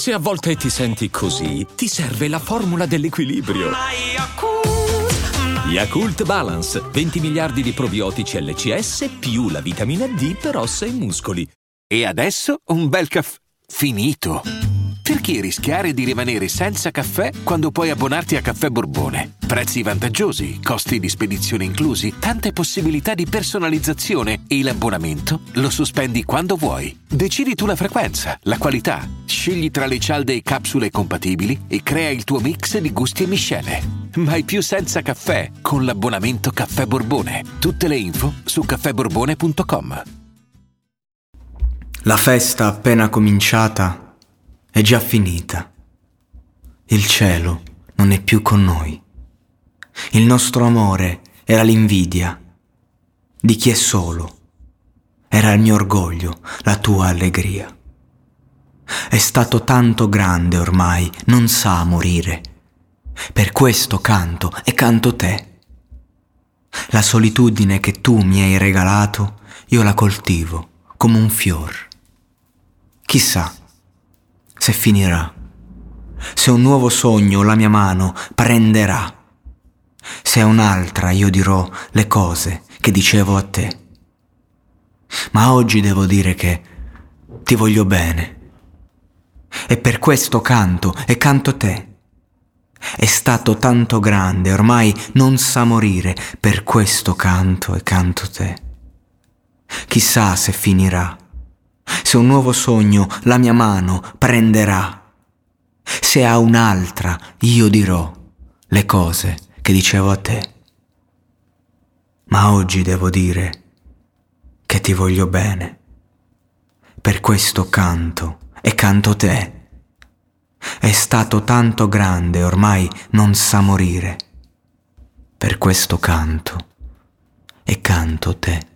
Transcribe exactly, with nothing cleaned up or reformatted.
Se a volte ti senti così, ti serve la formula dell'equilibrio. Yakult Balance, venti miliardi di probiotici L C S più la vitamina D per ossa e muscoli. E adesso un bel caffè finito. Perché rischiare di rimanere senza caffè quando puoi abbonarti a Caffè Borbone? Prezzi vantaggiosi, costi di spedizione inclusi, tante possibilità di personalizzazione e l'abbonamento lo sospendi quando vuoi. Decidi tu la frequenza, la qualità, scegli tra le cialde e capsule compatibili e crea il tuo mix di gusti e miscele. Mai più senza caffè con l'abbonamento Caffè Borbone. Tutte le info su caffè borbone punto com. La festa appena cominciata è già finita. Il cielo non è più con noi. Il nostro amore era l'invidia di chi è solo. Era il mio orgoglio, la tua allegria. È stato tanto grande ormai, non sa morire. Per questo canto e canto te. La solitudine che tu mi hai regalato, io la coltivo come un fior. Chissà se finirà, se un nuovo sogno la mia mano prenderà, se a un'altra io dirò le cose che dicevo a te. Ma oggi devo dire che ti voglio bene e per questo canto e canto te. È stato tanto grande, ormai non sa morire, per questo canto e canto te. Chissà se finirà, se un nuovo sogno la mia mano prenderà, se a un'altra io dirò le cose che dicevo a te. Ma oggi devo dire che ti voglio bene, per questo canto e canto te. È stato tanto grande, ormai non sa morire, per questo canto e canto te.